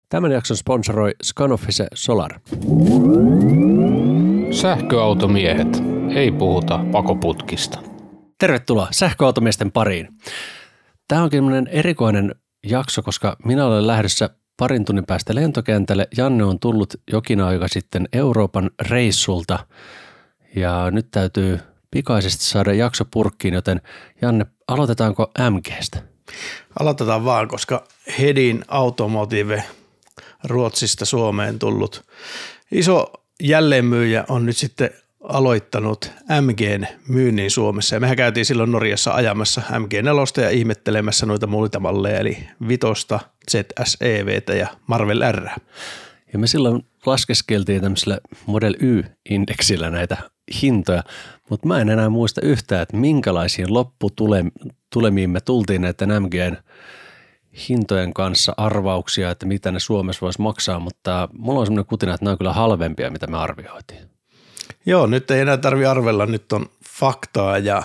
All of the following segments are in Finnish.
Tämän jakson sponsoroi Scanoffice Solar. Sähköautomiehet. Ei puhuta pakoputkista. Tervetuloa sähköautomiesten pariin. Tämä onkin erikoinen jakso, koska minä olen lähdössä parin tunnin päästä lentokentälle. Janne on tullut jokin aika sitten Euroopan reissulta ja nyt täytyy pikaisesti saada jakso purkkiin, joten Janne, aloitetaanko MG:stä? Aloitetaan vaan, koska Hedin Automotive Ruotsista Suomeen tullut iso jälleenmyyjä on nyt sitten aloittanut MG:n myynnin Suomessa. Ja mehän käytiin silloin Norjassa ajamassa MG4 ja ihmettelemässä noita muita malleja, eli Vitosta, ZSEVtä ja Marvel R. Ja me silloin laskeskeltiin tämmöisellä Model Y-indeksillä näitä hintoja, mutta mä en enää muista yhtään, että minkälaisiin lopputulemiin me tultiin näiden MG:n hintojen kanssa arvauksia, että mitä ne Suomessa voisi maksaa, mutta mulla on semmoinen kutina, että ne on kyllä halvempia, mitä me arvioitiin. Joo, nyt ei enää tarvitse arvella, nyt on faktaa ja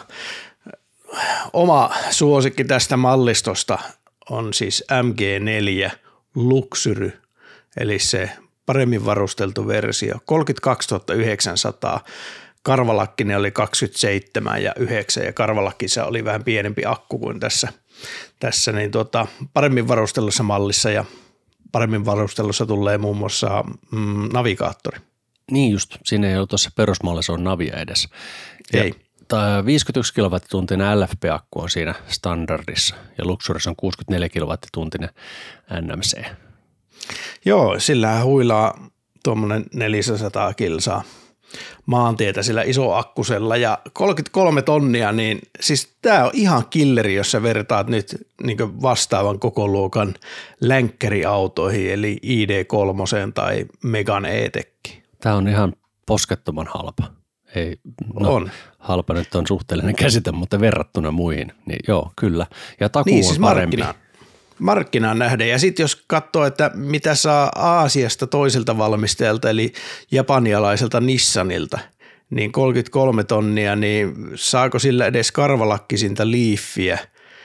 oma suosikki tästä mallistosta on siis MG4 Luxury, eli se paremmin varusteltu versio, 32 900, karvalakkinen oli 27 ja 9 ja karvalakkissa oli vähän pienempi akku kuin tässä niin paremmin varustellussa mallissa ja paremmin varustelussa tulee muun muassa navigaattori. Niin just, siinä ei ole tuossa perusmallissa on navia edes. Ei. 51 kilowattituntia LFP-akku on siinä standardissa ja Luxurissa on 64 kilowattituntia NMC. Joo, sillähän huilaa tuommoinen 400 kilsaa maantietä sillä isoakkusella ja 33 tonnia, niin siis tämä on ihan killeri, jos sä vertaat nyt niin vastaavan kokoluokan länkkäriautoihin, eli ID3 tai Megan E-Tekki. Tämä on ihan poskettoman halpa. Ei, on. Halpa nyt on suhteellinen käsite, mutta verrattuna muihin, niin joo, kyllä. Ja takuu niin, on siis parempi. Markkinaan nähden. Ja sitten jos katsoo, että mitä saa Aasiasta toiselta valmistajalta, eli japanialaiselta Nissanilta, niin 33 tonnia, niin saako sillä edes karvalakkisinta Leafia,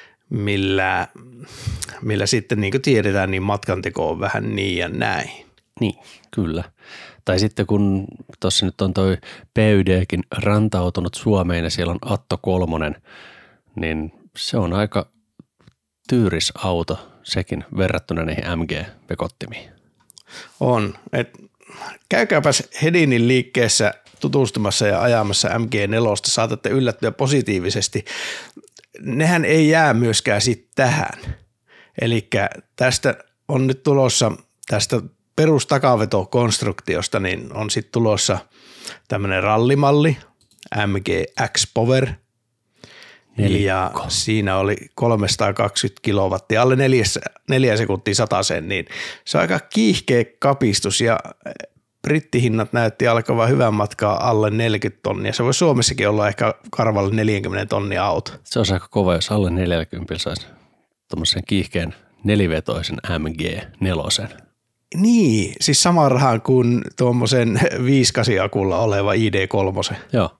millä sitten niin kuin tiedetään, niin matkanteko on vähän niin ja näin. Niin, kyllä. Tai sitten kun tuossa nyt on toi PYDkin rantautunut Suomeen ja siellä on Atto 3, niin se on aika tyyris auto sekin verrattuna niihin MG-pekottimiin. On. Käykääpäs Hedinin liikkeessä tutustumassa ja ajamassa MG4, saatatte yllättyä positiivisesti. Nehän ei jää myöskään sitten tähän. Eli tästä on nyt tulossa tästä perustakavetokonstruktiosta, niin on sitten tulossa tämmöinen rallimalli, MG X-Power, ja siinä oli 320 kilowattia, alle 4 sekuntia sataseen, niin se on aika kiihkeä kapistus ja brittihinnat näytti alkavan hyvän matkaa alle 40 tonnia. Se voi Suomessakin olla ehkä karvalle 40 tonnia auto. Se on aika kova, jos alle 40 saisi tuommoisen kiihkeän nelivetoisen MG4. Niin, siis saman rahan kuin tuommoisen 5.8 akulla oleva ID3. Joo.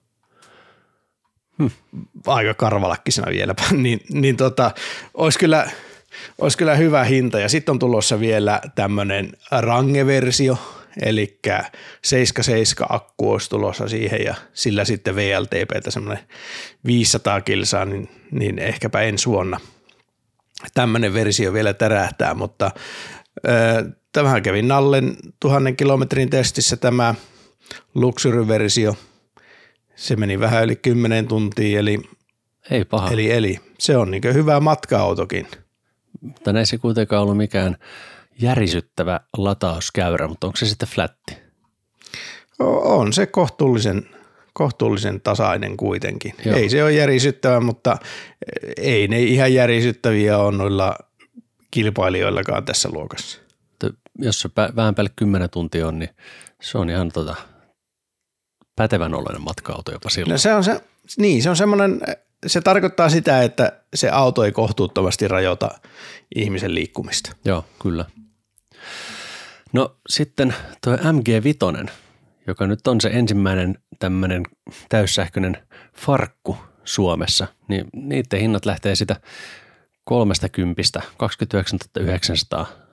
Aika karvalakkisena vieläpä, niin olisi kyllä hyvä hinta. Ja sitten on tulossa vielä tämmöinen range-versio, eli 7.7 akku olisi tulossa siihen ja sillä sitten VLTPtä semmoinen 500 kilsaa, niin ehkäpä ensi vuonna tämmöinen versio vielä tärähtää, mutta tämähän kävi Nallen 1000 kilometrin testissä tämä Luxury-versio. Se meni vähän yli 10 tuntia, ei paha. Eli se on niin hyvä matka-autokin. Mutta näissä ei kuitenkaan ollut mikään järisyttävä latauskäyrä, mutta onko se sitten flätti? On se kohtuullisen tasainen kuitenkin. Joo. Ei se ole järisyttävä, mutta ei ne ihan järisyttäviä ole noilla kilpailijoillakaan tässä luokassa. Jos se vähän päälle 10 tuntia on, niin se on ihan pätevän oloinen matka-auto jopa silloin. No se on semmoinen, se tarkoittaa sitä, että se auto ei kohtuuttomasti rajoita ihmisen liikkumista. Joo, kyllä. No sitten tuo MG5, joka nyt on se ensimmäinen tämmöinen täyssähköinen farkku Suomessa, niin niiden hinnat lähtee sitä 30, 29 900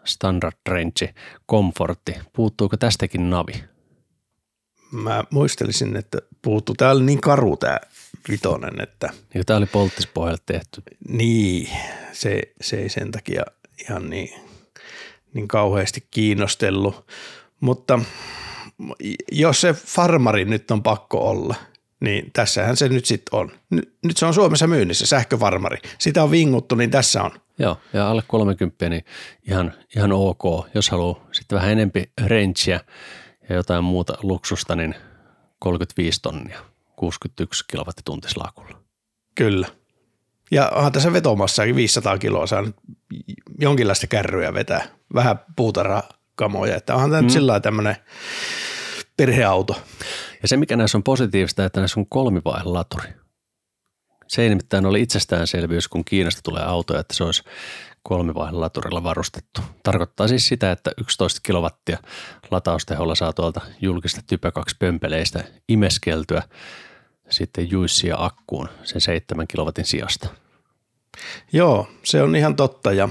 standard range, komfortti. Puuttuuko tästäkin navi? Mä muistelisin, että puuttuu. Tää oli niin karu tää vitonen, että Niin, tämä oli polttispohjalle tehty. niin, se ei sen takia ihan niin kauheasti kiinnostellut. Mutta jos se farmari nyt on pakko olla, niin tässähän se nyt sitten on. Nyt se on Suomessa myynnissä, sähköfarmari. Sitä on vinguttu, niin tässä on. Joo, ja alle 30, niin ihan ok. Jos haluaa sitten vähän enempi rangea ja jotain muuta luksusta, niin 35 tonnia, 61 kilowattituntislakulla. Kyllä. Ja onhan tässä vetomassakin 500 kiloa, saa nyt jonkinlaista kärryä vetää, vähän puutarhakamoja, että onhan tämä nyt sillä lailla tämmöinen perheauto. Ja se, mikä näissä on positiivista, että näissä on kolmivaihelaturi. Se ei nimittäin ole itsestäänselvyys, kun Kiinasta tulee autoja, että se olisi kolmivaihelaturilla varustettu. Tarkoittaa siis sitä, että 11 kilowattia latausteholla saa tuolta julkista Type 2 pömpeleistä imeskeltyä sitten juissia akkuun sen 7 kilowatin sijasta. Joo, se on ihan totta ja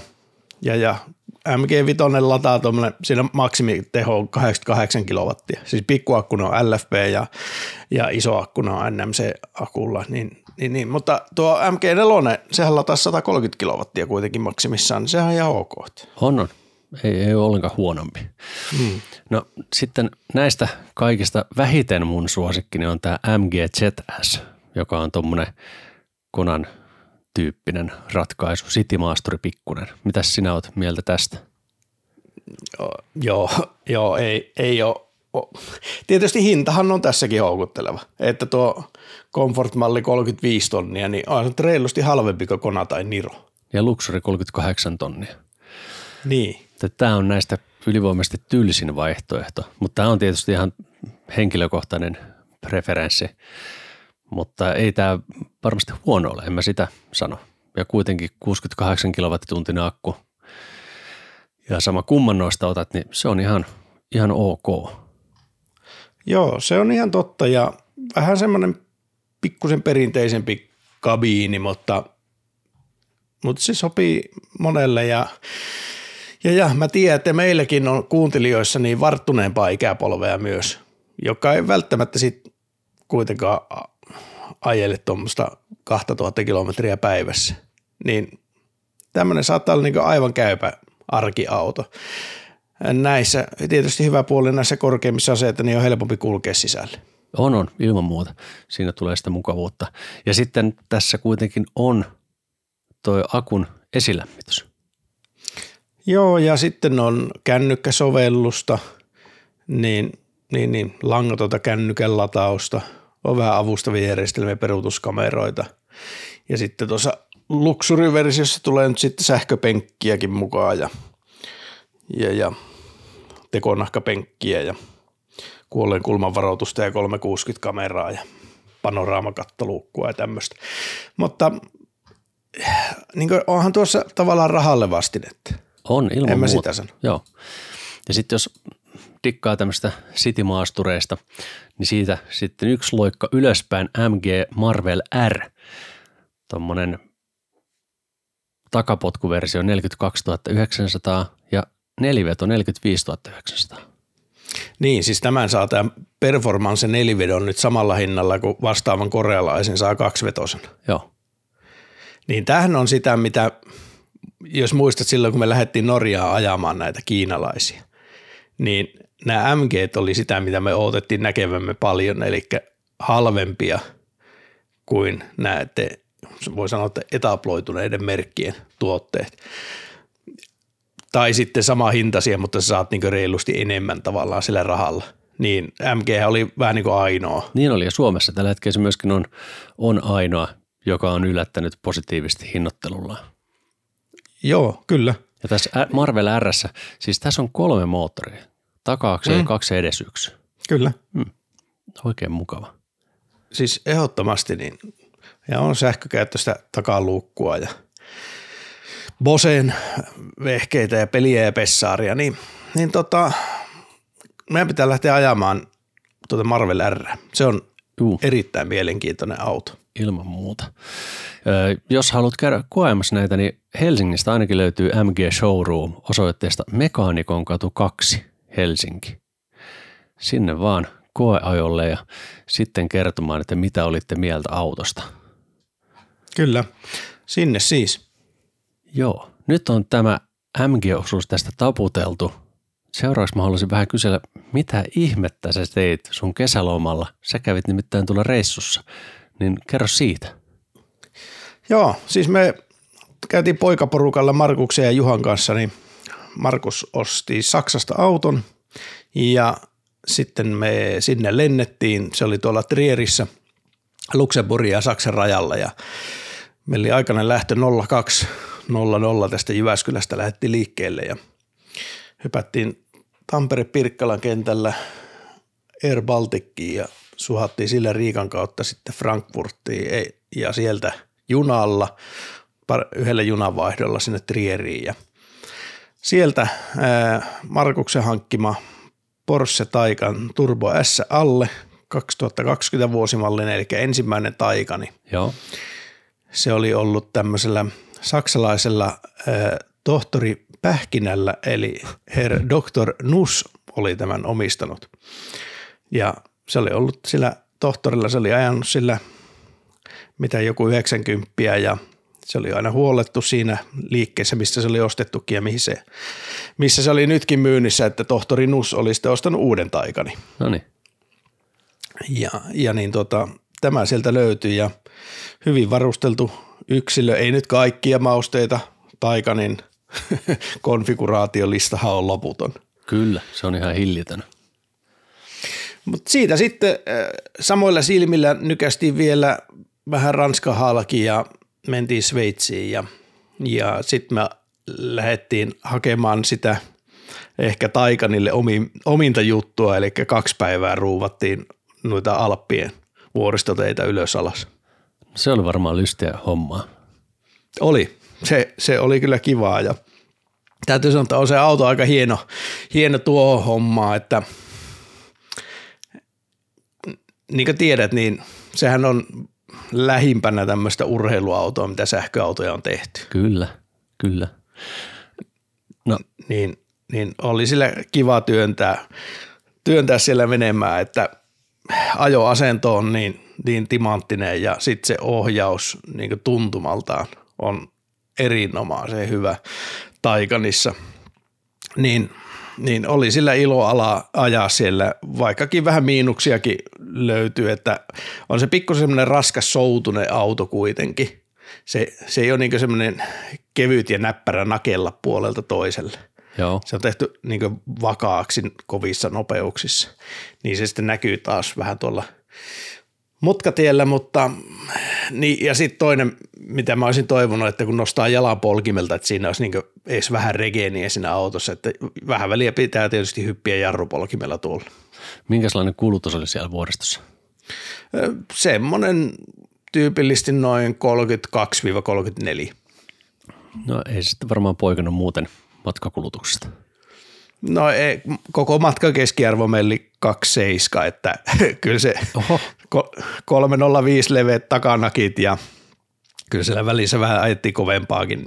MG5 lataa tuommoinen, siinä maksimiteho on 88 kilowattia. Siis pikkuakkuna on LFP ja iso akkuna on NMC-akulla, niin, mutta tuo MG4, sehän lataa 130 kilowattia kuitenkin maksimissaan, niin sehän on ihan ok. On. Ei ole ollenkaan huonompi. No sitten näistä kaikista vähiten mun suosikkini on tämä MG ZS, joka on tuommoinen Konan tyyppinen ratkaisu, Citymaasturi pikkunen. Mitäs sinä oot mieltä tästä? Joo, ei ole. Tietysti hintahan on tässäkin houkutteleva, että tuo Comfort-malli 35 tonnia, niin on se reilusti halvempi kuin Kona tai Niro. Ja Luxury 38 tonnia. Niin. Tämä on näistä ylivoimaisesti tylsin vaihtoehto, mutta tämä on tietysti ihan henkilökohtainen preferenssi, mutta ei tämä varmasti huono ole, en mä sitä sano. Ja kuitenkin 68 kilowattituntinen akku ja sama kumman noista otat, niin se on ihan ok. Joo, se on ihan totta ja vähän semmoinen pikkusen perinteisempi kabiini, mutta se sopii monelle ja mä tiedän, että meilläkin on kuuntelijoissa niin varttuneempaa ikäpolvea myös, joka ei välttämättä sit kuitenkaan ajele tuommoista 2000 kilometriä päivässä, niin tämmöinen saattaa olla niin aivan käypä arkiauto. Näissä tietysti hyvä puoli näissä korkeimmissa on se, että niin on helpompi kulkea sisälle. On, ilman muuta. Siinä tulee sitä mukavuutta. Ja sitten tässä kuitenkin on toi akun esilämmitys. Joo, ja sitten on kännykkäsovellusta, niin langatonta kännykän latausta, on vähän avustavia järjestelmiä, peruutuskameroita. Ja sitten tuossa luxury-versiossa tulee nyt sitten sähköpenkkiäkin mukaan ja tekonahkapenkkiä ja kuolleen kulman varoitusta ja 360-kameraa ja panoraamakattoluukkua ja tämmöistä. Mutta niin onhan tuossa tavallaan rahalle vastinetta. On ilman muuta. En mä sitä sano. Joo. Ja sitten jos dikkaa tämmöistä Citymaastureista, niin siitä sitten yksi loikka ylöspäin MG Marvel R, tommonen takapotkuversio 42 900 ja neliveto 45 900. Niin, siis tämän saa tämä Performance nelivedon nyt samalla hinnalla kuin vastaavan korealaisen saa kaksivetosen. Joo. Niin tämähän on sitä, mitä, jos muistat silloin, kun me lähdettiin Norjaan ajamaan näitä kiinalaisia, niin nämä MGt oli sitä, mitä me odotettiin näkevämme paljon, eli halvempia kuin nämä, voi sanoa, että etabloituneiden merkkien tuotteet. Tai sitten sama hintaisia, mutta sä saat niinku reilusti enemmän tavallaan sillä rahalla. Niin MG oli vähän niin kuin ainoa. Niin oli, ja Suomessa tällä hetkellä se myöskin on ainoa, joka on yllättänyt positiivisesti hinnoittelullaan. Joo, kyllä. Ja tässä Marvel R:ssä, siis tässä on 3 moottoria, taka-akseli 2 ja edes 1. Kyllä. Oikein mukava. Siis ehdottomasti niin, ja on sähkökäyttöistä takaluukkua ja Bosen vehkeitä ja peliä ja pessaaria, niin meidän pitää lähteä ajamaan Marvel R. Se on erittäin mielenkiintoinen auto. ilman muuta. Jos haluat käydä koeamassa näitä, niin Helsingistä ainakin löytyy MG Showroom osoitteesta Mekaanikon katu 2 Helsinki. Sinne vaan koeajolle ja sitten kertomaan, että mitä olitte mieltä autosta. Kyllä, sinne siis. Joo, nyt on tämä MG-osuus tästä taputeltu. Seuraavaksi mä haluaisin vähän kysellä, mitä ihmettä sä teit sun kesälomalla? Sä kävit nimittäin tuolla reissussa, niin kerro siitä. Joo, siis me käytiin poikaporukalla Markuksen ja Juhan kanssa, niin Markus osti Saksasta auton ja sitten me sinne lennettiin. Se oli tuolla Trierissä, Luxemburgin ja Saksan rajalla ja meillä oli aikainen lähtö 02.00 tästä Jyväskylästä lähdettiin liikkeelle ja hypättiin Tampere-Pirkkalan kentällä Air Balticiin ja suhattiin sillä Riikan kautta sitten Frankfurtiin ja sieltä junalla, yhdellä junavaihdolla sinne Trieriin ja sieltä Markuksen hankkima Porsche Taycan Turbo S alle 2020 vuosimallinen, eli ensimmäinen Taycani. Joo. Se oli ollut tämmöisellä saksalaisella tohtori Pähkinällä, eli Herr Dr. Nuss oli tämän omistanut. Ja se oli ollut sillä tohtorilla, se oli ajanut sillä mitä joku 90 ja se oli aina huollettu siinä liikkeessä, mistä se oli ostettukin ja missä se oli nytkin myynnissä, että tohtori Nuss oli sitten ostanut uuden Taycani. Noniin. Ja niin tämä sieltä löytyi ja hyvin varusteltu yksilö, ei nyt kaikkia mausteita, Taycanin konfiguraatiolistahan on loputon. Kyllä, se on ihan hillitön. Mutta siitä sitten samoilla silmillä nykästiin vielä vähän Ranskan halki ja mentiin Sveitsiin ja sitten me lähdettiin hakemaan sitä ehkä Taycanille ominta juttua, eli 2 päivää ruuvattiin noita Alppien vuoristoteitä ylös alas. Se oli varmaan lystiä hommaa. Oli. Se oli kyllä kivaa ja täytyy sanoa, että on se auto aika hieno tuo hommaa, että niin kuin tiedät, niin sehän on lähimpänä tämmöistä urheiluautoa, mitä sähköautoja on tehty. Kyllä. No. Niin oli sillä kiva työntää siellä menemään, että ajoasento on niin timanttinen ja sitten se ohjaus niin kuin tuntumaltaan on erinomaisen hyvä Taycanissa. Niin oli sillä ilo ajaa siellä, vaikkakin vähän miinuksiakin löytyy, että on se pikkusen semmoinen raskas soutunen auto kuitenkin. Se ei ole niin semmoinen kevyt ja näppärä nakella puolelta toiselle. Joo. Se on tehty niin vakaaksi kovissa nopeuksissa. Niin se sitten näkyy taas vähän tuolla mutkatiellä, mutta niin, ja sitten toinen, mitä mä olisin toivonut, että kun nostaa jalan polkimelta, että siinä olisi niin edes vähän regeeniä siinä autossa, että vähän väliä pitää tietysti hyppiä jarrupolkimella tuolla. Minkälainen kulutus oli siellä vuoristossa? Semmoinen tyypillisesti noin 32-34. No ei se sitten varmaan poikannut muuten matkakulutuksesta. No ei, koko matkan keskiarvo meillä 2,7, että kyllä se 305 leveät takanakit ja kyllä siellä välissä vähän ajettiin kovempaakin,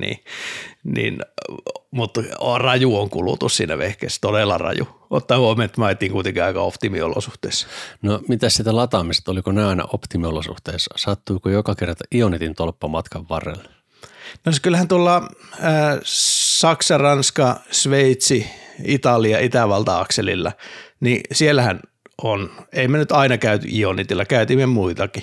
mutta raju on kulutus siinä vehkeessä, todella raju. Ottaa huomioon, että mä ajettiin kuitenkin aika optimiolosuhteissa. No mitä sitä lataamista, oliko ne aina optimiolosuhteissa? Sattuiko joka kerta Ionitin tolppa matkan varrelle? No kyllähän tuolla Saksa, Ranska, Sveitsi, Italia, Itävalta-akselilla, niin siellähän on, ei me nyt aina käyty Ionitilla, käytimme muitakin,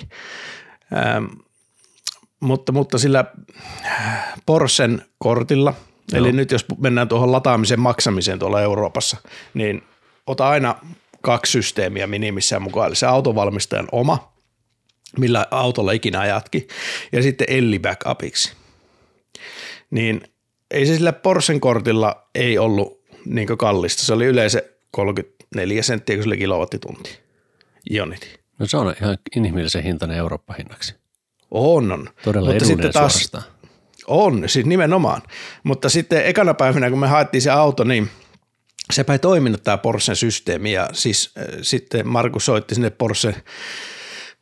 mutta sillä Porschen kortilla, eli nyt jos mennään tuohon lataamisen maksamiseen tuolla Euroopassa, niin ota aina 2 systeemiä minimissään mukaan, eli se autovalmistajan oma, millä autolla ikinä ajatkin, ja sitten Elli backupiksi. Niin ei se sillä Porschen kortilla ei ollut niin kallista. Se oli yleensä 34 senttiä, kun se oli kilowattitunti. Ioniti. No se on ihan inhimillisen hintainen Eurooppa-hinnaksi. On. Todella mutta edullinen taas, suorastaan. On, siis nimenomaan. Mutta sitten ekana päivänä, kun me haettiin se auto, niin sepä ei toiminut tämä Porschen systeemi. Ja siis sitten Markus soitti sinne Porsche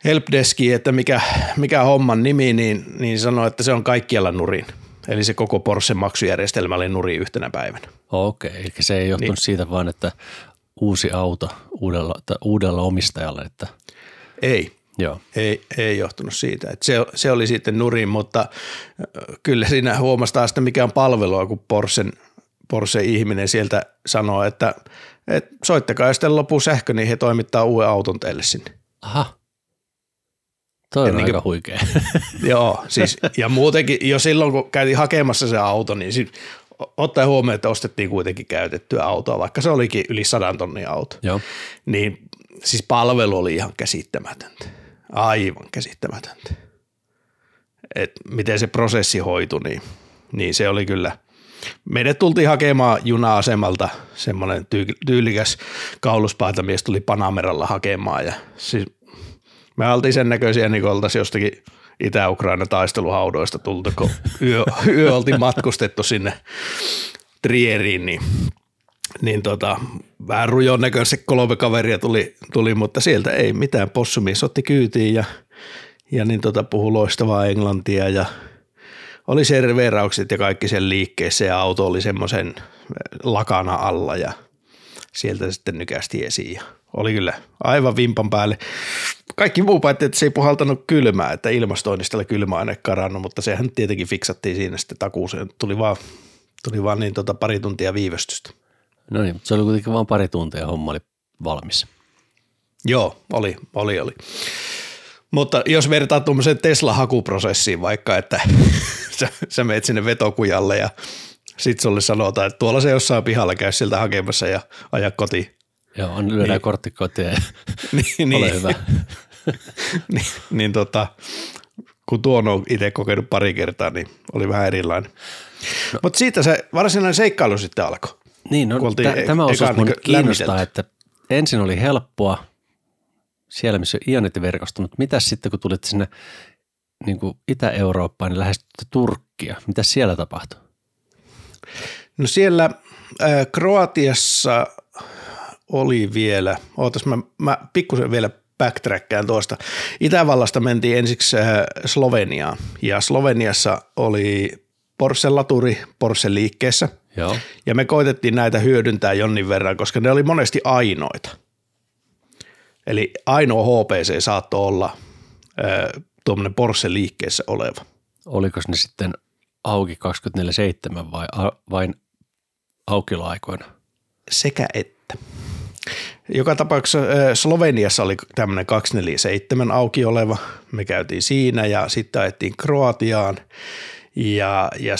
helpdeskiin, että mikä homman nimi, niin sanoi, että se on kaikkialla nurin. Eli se koko Porschen maksujärjestelmä oli nurin yhtenä päivänä. Okei, eli se ei johtunut siitä vaan, että uusi auto uudella omistajalla. Että... Ei. Joo. Ei johtunut siitä. Että se oli sitten nurin, mutta kyllä siinä huomasi taas, että mikä on palvelua, kun Porsche-ihminen sieltä sanoo, että soittakaa ja sitten lopuu sähkö, niin he toimittaa uuden auton teille sinne. Aha. Toi on aika huikea. Joo, siis ja muutenkin jo silloin, kun käytiin hakemassa se auto, niin ottaen huomioon, että ostettiin kuitenkin käytettyä autoa, vaikka se olikin yli 100 tonnin auto. Joo. Niin siis palvelu oli ihan käsittämätöntä. Aivan käsittämätöntä. Et miten se prosessi hoitui, niin se oli kyllä. Meidät tultiin hakemaan juna-asemalta, semmoinen tyylikäs kauluspaitamies tuli Panameralla hakemaan ja siis me oltiin sen näköisiä, niin kuin oltaisiin jostakin Itä-Ukraina taisteluhaudoista tultu, kun yö oltiin matkustettu sinne Trieriin, niin vähän rujon näköiset 3 kaveria tuli, mutta sieltä ei mitään. Possumies otti kyytiin ja niin puhui loistavaa englantia ja oli serveraukset ja kaikki sen liikkeessä ja auto oli semmoisen lakana alla ja sieltä sitten nykästi esiin ja oli kyllä aivan vimpan päälle. Kaikki muu paitsi, että se ei puhaltanut kylmää, että ilmastoinnista oli kylmäaine karannut, mutta sehän tietenkin fiksattiin siinä sitten takuuseen. Tuli vaan niin pari tuntia viivästystä. No niin, mutta se oli kuitenkin vain pari tuntia ja homma oli valmis. Joo, oli. Mutta jos vertaa tuommoiseen Tesla-hakuprosessiin vaikka, että sä meet sinne vetokujalle ja sit sulle sanotaan, että tuolla se jossain pihalla käy sieltä hakemassa ja aja kotiin. Joo, lyödään kortti kotiin ja ole hyvä. Kun tuon on itse kokenut pari kertaa, niin oli vähän erilainen. No. Mutta siitä se varsinainen seikkailu sitten alkoi. Niin, no, tämä osuus mun kiinnostaa, että ensin oli helppoa siellä, missä on Ionity-verkosto, mutta mitäs sitten, kun tulit sinne niin kuin Itä-Eurooppaan, niin lähestytte Turkkia. Mitäs siellä tapahtui? No siellä Kroatiassa oli vielä, mä pikkusen vielä backtrackään tuosta. Itävallasta mentiin ensiksi Sloveniaan ja Sloveniassa oli Porsche-laturi Porsche-liikkeessä. Joo. Ja me koitettiin näitä hyödyntää jonnin verran, koska ne oli monesti ainoita. Eli ainoa HPC saattoi olla tuommoinen Porsche-liikkeessä oleva. Oliko ne sitten auki 24/7 vai vain aukioloaikoina? Sekä että. Joka tapauksessa Sloveniassa oli tämmöinen 24/7 auki oleva. Me käytiin siinä ja sitten ajettiin Kroatiaan ja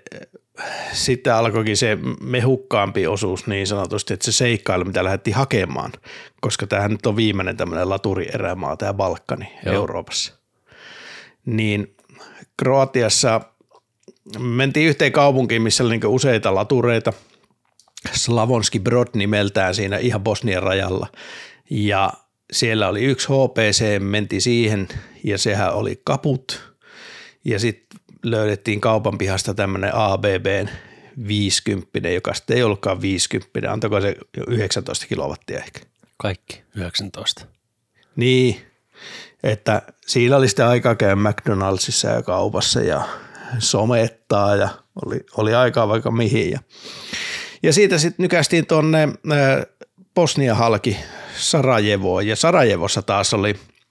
sitten alkoikin se mehukkaampi osuus niin sanotusti, että se seikkailu, mitä lähdettiin hakemaan, koska tämähän nyt on viimeinen tämmöinen laturierämaa, tämä Balkani Euroopassa. Niin Kroatiassa mentiin yhteen kaupunkiin, missä oli niinku useita latureita, Slavonski Brod nimeltään siinä ihan Bosnian rajalla ja siellä oli yksi HPC, mentiin siihen ja sehän oli kaput ja sitten löydettiin kaupan pihasta tämmöinen ABBn 50, joka sitten ei ollutkaan 50, antoiko se 19 kilowattia ehkä. Kaikki 19. Niin, että siinä oli sitten aikaa käydä McDonaldsissa ja kaupassa ja somettaa ja oli aikaa vaikka mihin. Ja siitä sitten nykästiin tuonne Bosnia halki Sarajevoon ja Sarajevossa taas oli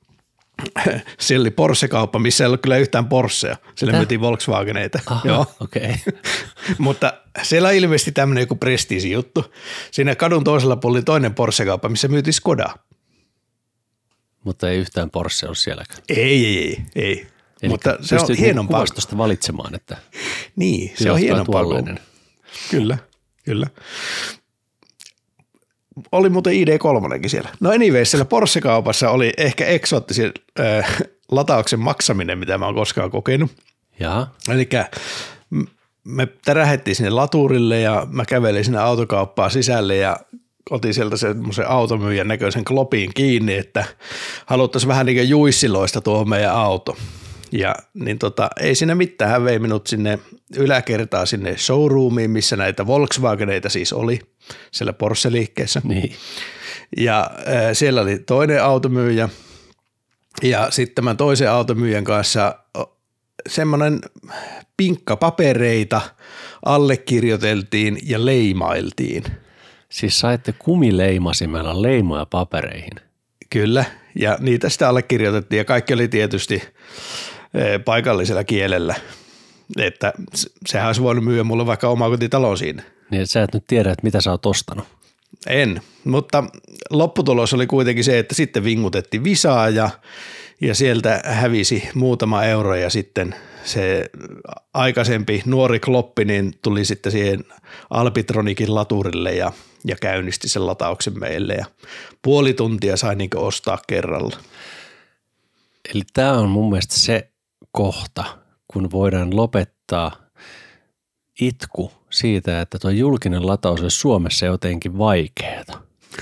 siellä oli Porsche-kauppa, missä ei ollut kyllä yhtään Porschea. Siellä myytiin Volkswageneita. Aha, okei. Mutta siellä on ilmeisesti tämmöinen joku prestiisi juttu. Siinä kadun toisella puolella oli toinen Porsche-kauppa, missä myytiin Skodaa. Mutta ei yhtään Porsche ole sielläkään. Ei. Eli mutta se on hienompaa. Kuvastosta valitsemaan, että niin, se on hienompaa. Kyllä. Oli muuten ID3kin siellä. No anyways, siellä Porsche-kaupassa oli ehkä eksoottisin latauksen maksaminen, mitä mä oon koskaan kokenut. Eli me tärähettiin sinne laturille ja mä kävelin sinne autokauppaan sisälle ja otin sieltä semmoisen automyyjän näköisen klopin kiinni, että haluttaisiin vähän niin kuin juissiloista tuohon meidän auto. Ja niin ei siinä mitään, hän vei minut sinne yläkertaan sinne showroomiin, missä näitä Volkswageneita siis oli siellä Porsche-liikkeessä. Niin. Ja siellä oli toinen automyyjä Ja sitten tämän toisen automyyjän kanssa semmoinen pinkka papereita allekirjoiteltiin ja leimailtiin. Siis saitte kumileimasimella leimoja papereihin. Kyllä, ja niitä sitä allekirjoitettiin ja kaikki oli tietysti paikallisella kielellä, että sehän olisi voinut myyä mulle vaikka omakotitalon siinä. Niin että sä et nyt tiedä, että mitä sä oot ostanut. En, mutta lopputulos oli kuitenkin se, että sitten vingutettiin visaa ja sieltä hävisi muutama euro ja sitten se aikaisempi nuori kloppi niin tuli sitten siihen Alpitronikin laturille ja käynnisti sen latauksen meille ja puoli tuntia sai niin kuin ostaa kerralla. Eli tämä on mun mielestä se kohta, kun voidaan lopettaa itku siitä, että tuo julkinen lataus olisi Suomessa jotenkin vaikeaa.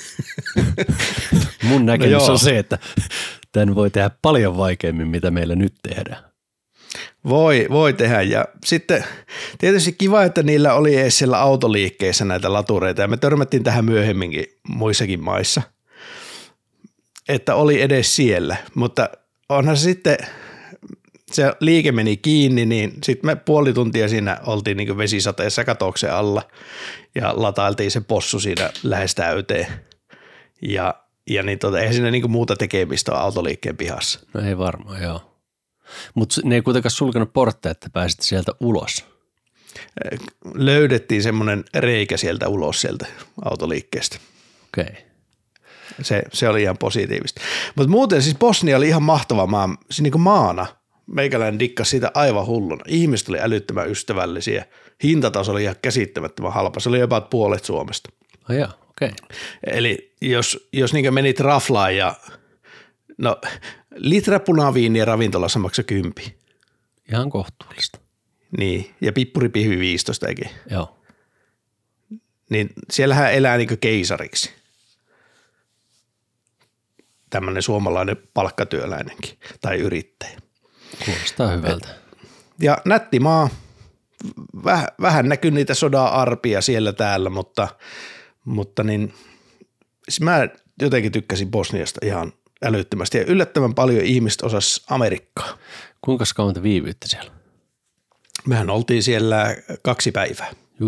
Mun näkemys on se, että tämän voi tehdä paljon vaikeammin, mitä meillä nyt tehdään. Voi tehdä ja sitten tietysti kiva, että niillä oli edes siellä autoliikkeissä näitä latureita ja me törmättiin tähän myöhemminkin muissakin maissa, että oli edes siellä, mutta onhan se sitten, se liike meni kiinni, niin sitten me puoli tuntia siinä oltiin niin kuin vesisateessa katoksen alla ja latailtiin se possu siinä lähes täyteen ja niin eihän siinä niin kuin muuta tekemistä ole autoliikkeen pihassa. No ei varmaan, joo. Mutta ne ei kuitenkaan sulkenut portteja, että pääsit sieltä ulos. Löydettiin semmoinen reikä sieltä ulos sieltä autoliikkeestä. Okei. Se oli ihan positiivista. Mutta muuten siis Bosnia oli ihan mahtava maa, siis niin kuin maana. Meikäläinen dikkasi siitä aivan hulluna. Ihmiset oli älyttömän ystävällisiä. Hintataso oli ihan käsittämättömän halpa. Se oli jopa puolet Suomesta. Oh joo, okei. Eli jos niin menit raflaan ja no litra punaviiniä ravintolassa maksoi 10. Ihan kohtuullista. Niin, ja pippuripihvi 15 eikä. Joo. Niin siellähän elää niin kuin keisariksi. Tämmöinen suomalainen palkkatyöläinenkin tai yrittäjä. Kuulostaa hyvältä. Ja nätti maa. Vähän näkyy niitä sodan arpia siellä täällä, mutta niin mä jotenkin tykkäsin Bosniasta ihan älyttömästi ja yllättävän paljon ihmiset osasi Amerikkaa. Kuinka kauan te viivyitte siellä? Mehän oltiin siellä 2 päivää. Juu.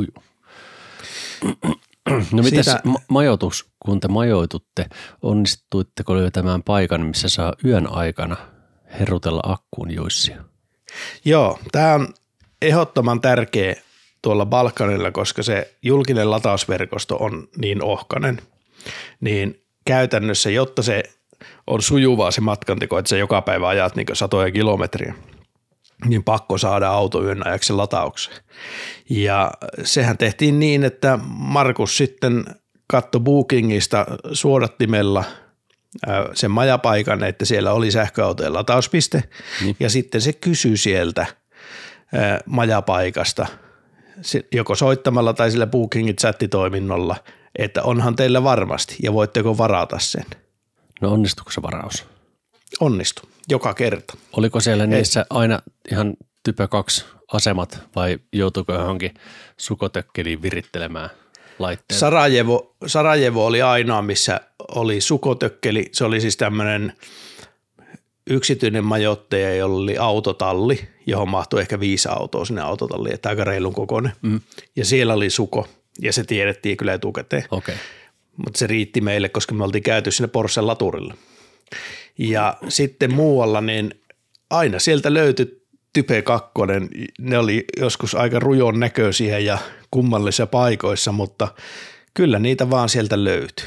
No mitäs majoitus, kun te majoitutte, onnistuitteko löytämään paikan, missä saa yön aikana herutella akkuun juissia? Joo, tämä on ehdottoman tärkeä tuolla Balkanilla, koska se julkinen latausverkosto on niin ohkainen, niin käytännössä, jotta se on sujuvaa se matkanteko, että sä joka päivä ajat niin satoja kilometriä, niin pakko saada auto yön ajaksi lataukseen. Ja sehän tehtiin niin, että Markus sitten katsoi Bookingista suodattimella sen majapaikan, että siellä oli sähköautojen latauspiste, ja sitten se kysyi sieltä majapaikasta, joko soittamalla tai sillä Bookingin chattitoiminnolla, että onhan teillä varmasti, ja voitteko varata sen. No onnistuiko se varaus? Onnistu, joka kerta. Oliko siellä niissä aina ihan typä 2 asemat vai joutuiko johonkin sukotökkeliin virittelemään laitteet? Sarajevo oli ainoa, missä oli sukotökkeli. Se oli siis tämmöinen yksityinen majoittaja, jolla oli autotalli, johon mahtui ehkä 5 autoa sinne autotalliin, että aika reilun kokoinen. Ja siellä oli suko ja se tiedettiin kyllä etukäteen. Okay. Mutta se riitti meille, koska me oltiin käyty sinne Porschen laturille. Ja sitten muualla, niin aina sieltä löytyi Type 2. Ne oli joskus aika rujon näköisiä ja kummallisissa paikoissa, mutta kyllä niitä vaan sieltä löytyi.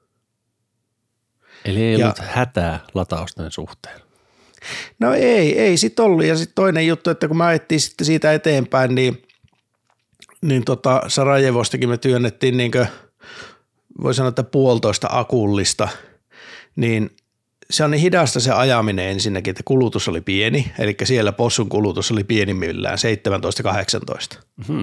Eli ei ollut hätää latausten suhteen? No ei sit ollut. Ja sitten toinen juttu, että kun me ajettiin sitten siitä eteenpäin, niin Sarajevostakin me työnnettiin niinkö voi sanoa, että 1,5 akullista, niin se on niin hidasta se ajaminen ensinnäkin, että kulutus oli pieni, eli siellä possun kulutus oli pienimmillään 17-18. Mm-hmm.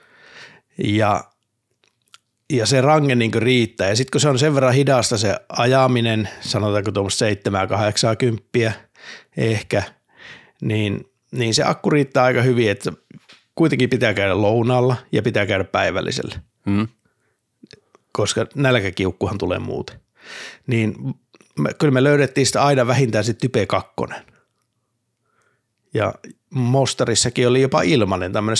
Ja se range niin kuin riittää, ja sitten kun se on sen verran hidasta se ajaminen, sanotaanko tuommoista 7-80 ehkä, niin se akku riittää aika hyvin, että kuitenkin pitää käydä lounaalla ja pitää käydä päivällisellä. Mm. Koska nälkäkiukkuhan tulee muuten. Niin kyllä me löydettiin sitä aina vähintään se Type 2. Ja Mostarissakin oli jopa ilmainen tämmöinen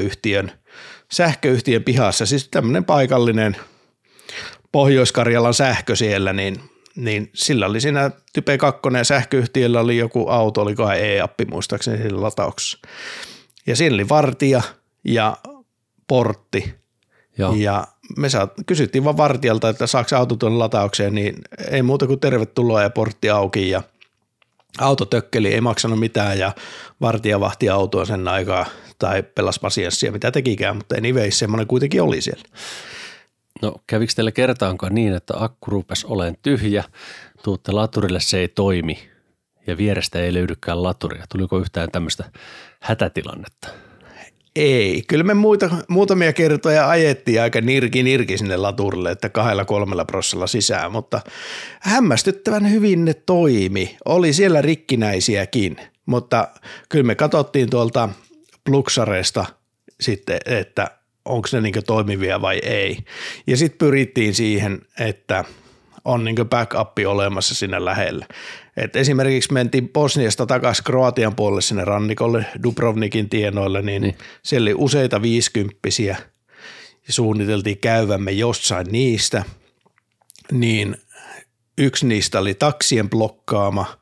sähköyhtiön pihassa, siis tämmöinen paikallinen Pohjois-Karjalan sähkö siellä, niin sillä oli siinä Type 2 ja sähköyhtiöllä oli joku auto, olikohan E-appi muistaakseni siinä latauksessa. Ja siinä oli vartija ja portti. Joo. Ja me kysyttiin vaan vartijalta, että saako auto tuonne lataukseen, niin ei muuta kuin tervetuloa ja portti auki ja auto tökkeli, ei maksanut mitään ja vartija vahti autoa sen aikaa tai pelasi pasianssia, mitä tekikään, mutta anyways, semmoinen kuitenkin oli siellä. No kävikö teillä kertaankaan niin, että akku rupesi olemaan tyhjä, tuutte laturille, se ei toimi ja vierestä ei löydykään laturia? Tuliko yhtään tämmöistä hätätilannetta? Ei, kyllä me muutamia kertoja ajettiin aika nirki sinne laturille, että 2-3% sisään, mutta hämmästyttävän hyvin ne toimi. Oli siellä rikkinäisiäkin, mutta kyllä me katsottiin tuolta plugsareista sitten, että onko ne niin toimivia vai ei. Ja sitten pyrittiin siihen, että on niin backup olemassa siinä lähellä. Et esimerkiksi mentiin Bosniasta takaisin Kroatian puolelle sinne rannikolle Dubrovnikin tienoille, niin siellä oli useita 50-vuotiaita ja suunniteltiin käyvämme jossain niistä, niin yksi niistä oli taksien blokkaama,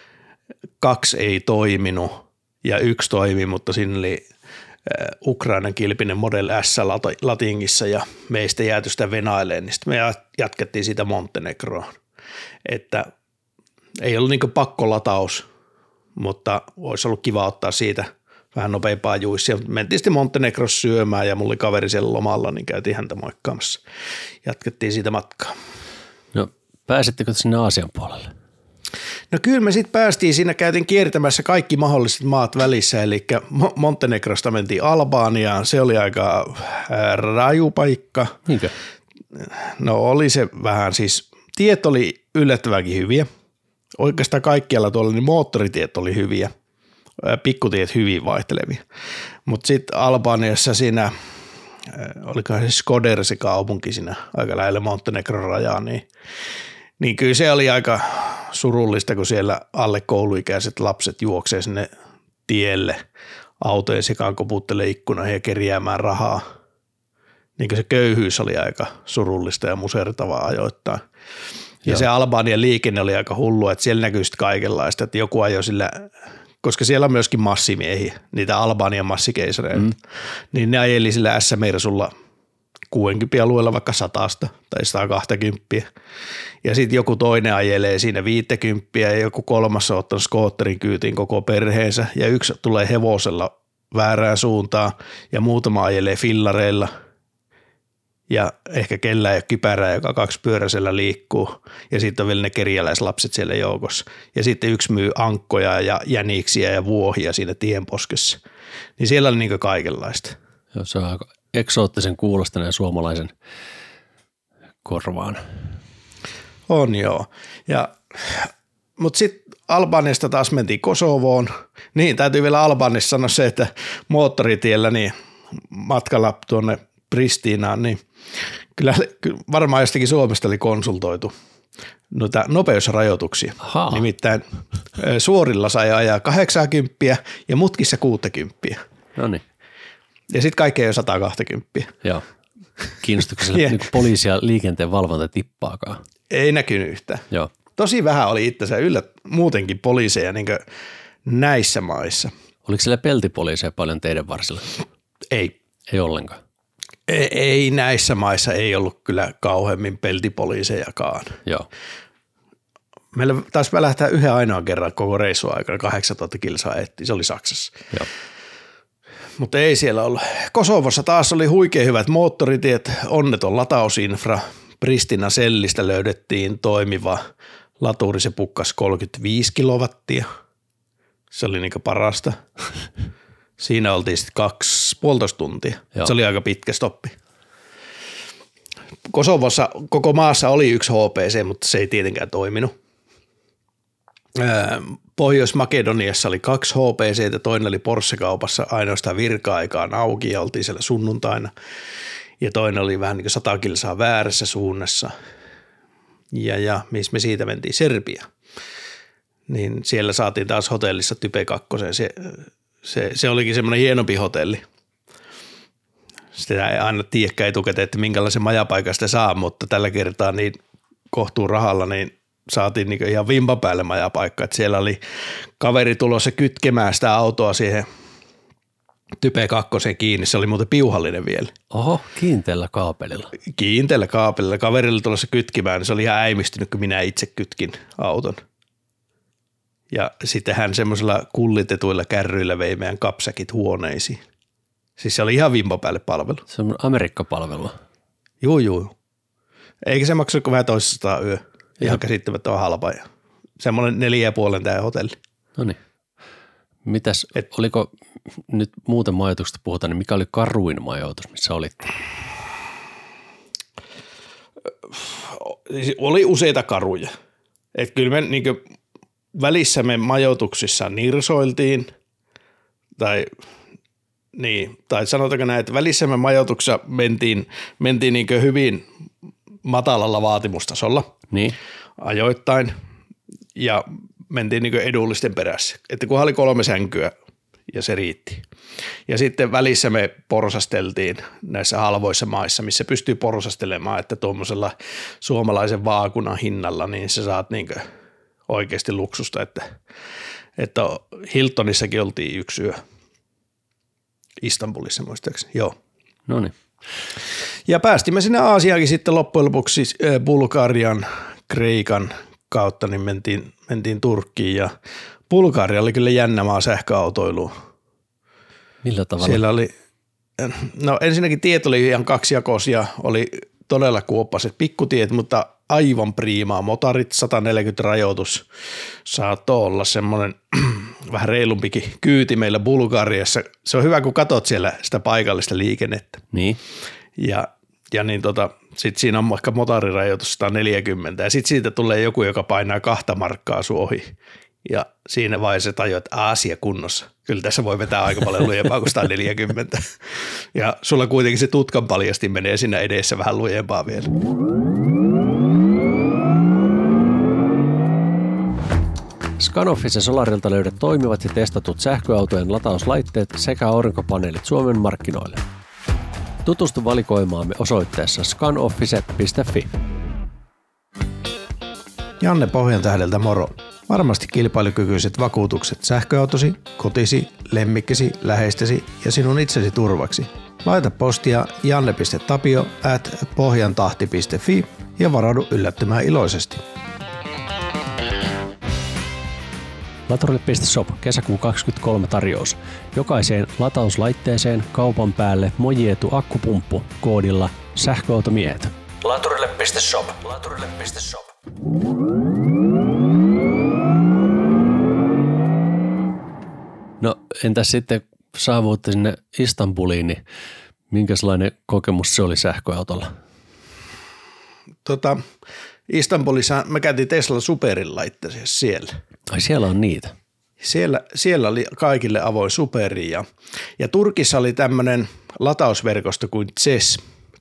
2 ei toiminut ja 1 toimi, mutta siinä oli Ukrainan kilpinen Model S latingissa ja meistä jääty sitä venailemaan, niin sitten me jatkettiin siitä Montenegroon, että ei ollut niin pakkolataus, mutta olisi ollut kiva ottaa siitä vähän nopeampaa juissia. Mentiin sitten Montenegrossa syömään ja mulla oli kaveri siellä lomalla, niin käytiin häntä moikkaamassa. Jatkettiin siitä matkaa. No pääsittekö sinne Aasian puolelle? No kyllä me sitten päästiin, siinä käytiin kiertämässä kaikki mahdolliset maat välissä, eli Montenegrosta mentiin Albaniaan, se oli aika raju paikka. Niinkö? No oli se vähän siis, tiet oli yllättävänkin hyviä. Oikeastaan kaikkialla tuolla niin moottoritiet oli hyviä, pikkutiet hyvin vaihtelevia. Mutta sitten Albaniassa siinä, olikohan se Skoder se kaupunki siinä aika lähellä Montenegron rajaa, niin kyllä se oli aika surullista, kun siellä alle kouluikäiset lapset juoksee sinne tielle autojen sekaan koputtelee ikkunoihin ja kerjäämään rahaa. Niin se köyhyys oli aika surullista ja musertavaa ajoittain. Ja se Albanian liikenne oli aika hullu, että siellä näkyy sitten kaikenlaista, että joku ajoi sillä, koska siellä on myöskin massimiehiä, niitä Albanian massikeisareita, niin ne ajeli sillä S-mersulla 60 alueella vaikka 100 tai 120. Ja sitten joku toinen ajelee siinä 50 ja joku kolmas on ottanut skootterin kyytiin koko perheensä ja yksi tulee hevosella väärään suuntaan ja muutama ajelee fillareilla. Ja ehkä kellään ei ole kypärää, joka 2-pyöräisellä liikkuu. Ja sitten on vielä ne kerjäläislapset siellä joukossa. Ja sitten yksi myy ankkoja ja jäniksiä ja vuohia siinä tienposkessa. Niin siellä oli niin kaikenlaista. Joo, se on aika eksoottisen kuulostaneen suomalaisen korvaan. On joo. Mutta sitten Albaniasta taas mentiin Kosovoon. Niin, täytyy vielä Albaniassa sanoa se, että moottoritiellä niin matkalla tuonne Pristinaan, niin kyllä varmaan jostakin Suomesta oli konsultoitu noita nopeusrajoituksia. Aha. Nimittäin suorilla sai ajaa 80 ja mutkissa 60. No niin. Ja sitten kaikkea jo 120. Joo. Kiinnostuiko sille niin poliisia liikenteen valvonta tippaakaan? Ei näkynyt yhtään. Joo. Tosi vähän oli itse muutenkin poliiseja niin näissä maissa. Oliko siellä peltipoliiseja paljon teidän varsilla? Ei. Ei ollenkaan. Ei näissä maissa ei ollut kyllä kauheammin peltipoliisejakaan. Joo. Meillä taisi välähtää yhden ainoan kerran koko reissun aikana 8000 kilsaa eettiin, se oli Saksassa. Joo. Mutta ei siellä ollut. Kosovossa taas oli huikein hyvät moottoritiet, onneton latausinfra. Pristinan sellistä löydettiin toimiva laturi, se pukkasi 35 kilowattia. Se oli niinku parasta. Siinä oltiin sitten 2,5 tuntia. Joo. Se oli aika pitkä stoppi. Kosovossa koko maassa oli yksi HPC, mutta se ei tietenkään toiminut. Pohjois-Makedoniassa oli 2 HPC, toinen oli Porsche-kaupassa ainoastaan virka-aikaan auki ja oltiin siellä sunnuntaina. Ja toinen oli vähän niin kuin 100 kilsaa väärässä suunnassa. ja missä me siitä mentiin Serbia. Niin siellä saatiin taas hotellissa Type 2. Se olikin semmoinen hienompi hotelli. Sitä ei aina tiedäkään etukäteen, että minkälaisen majapaikasta saa, mutta tällä kertaa niin kohtuun rahalla niin saatiin niin ihan vimpan päälle majapaikka. Että siellä oli kaveri tulossa kytkemään sitä autoa siihen Type 2 kiinni. Se oli muuten piuhallinen vielä. Oho, kiinteällä kaapelilla. Kiinteällä kaapelilla. Kaverilla tulossa kytkimään, niin se oli ihan äimistynyt, kun minä itse kytkin auton. Ja sitten hän semmoisella kullitetuilla kärryillä vei meidän kapsäkit huoneisiin. Siis se oli ihan vimpan päälle palvelu. Se on Amerikka-palvelua. Joo. Eikä se maksa kuin vähän toisesta yö. Ihan käsittämättömän halpa. Ja semmoinen 4,5 tämä hotelli. No niin. Mitäs, oliko nyt muuten majoituksesta puhutaan, niin mikä oli karuin majoitus, missä olitte? Oli useita karuja. Että kyllä me niin välissä me majoituksissa nirsoiltiin tai sanotaanko näin, että välissä me majoituksessa mentiin niin hyvin matalalla vaatimustasolla ajoittain ja mentiin niin edullisten perässä. Että kunhan oli 3 sänkyä ja se riitti. Ja sitten välissä me porsasteltiin näissä halvoissa maissa, missä pystyy porsastelemaan, että tuommoisella suomalaisen vaakunan hinnalla niin sä saat niin oikeasti luksusta, että Hiltonissakin oltiin 1 yö. Istanbulissa muistaakseni, joo. No niin. Ja päästimme sinne Aasiaankin sitten loppujen lopuksi Bulgarian, Kreikan kautta, niin mentiin Turkkiin ja Bulgaria oli kyllä jännä maa sähköautoiluun. Millä tavalla? Siellä oli, no ensinnäkin tiet oli ihan kaksijakoisia, oli todella kuoppaset pikkutiet, mutta aivan priimaa. Motarit 140 rajoitus saattoi olla semmoinen vähän reilumpikin kyyti meillä Bulgariassa. Se on hyvä, kun katot siellä sitä paikallista liikennettä. Niin. Ja niin sitten siinä on vaikka motarirajoitus 140 ja sitten siitä tulee joku, joka painaa 2 markkaa sun ohi. Ja siinä vaiheessa tajuat, että asia kunnossa. Kyllä tässä voi vetää aika paljon lujempaa kuin 140. Ja sulla kuitenkin se tutkan paljasti menee siinä edessä vähän lujempaa vielä. Scanoffissa Solarilta löydät toimivat ja testatut sähköautojen latauslaitteet sekä aurinkopaneelit Suomen markkinoille. Tutustu valikoimaamme osoitteessa scanoffice.fi. Janne Pohjantähdeltä moro. Varmasti kilpailukykyiset vakuutukset sähköautosi, kotisi, lemmikkisi, läheistesi ja sinun itsesi turvaksi. Laita postia janne.tapio@pohjantahti.fi ja varaudu yllättymään iloisesti. Laturille.shop kesäkuun 23 tarjous. Jokaiseen latauslaitteeseen kaupan päälle Mojietu akkupumppu koodilla sähköautomiehet. Laturille.shop. Laturille.shop. No entäs sitten saavuitte sinne Istanbuliin, niin minkälainen kokemus se oli sähköautolla? Istanbulissa me käytiin Tesla Superilla itse asiassa siellä. Ai siellä on niitä? Siellä oli kaikille avoin Superi ja Turkissa oli tämmöinen latausverkosto kuin ZES.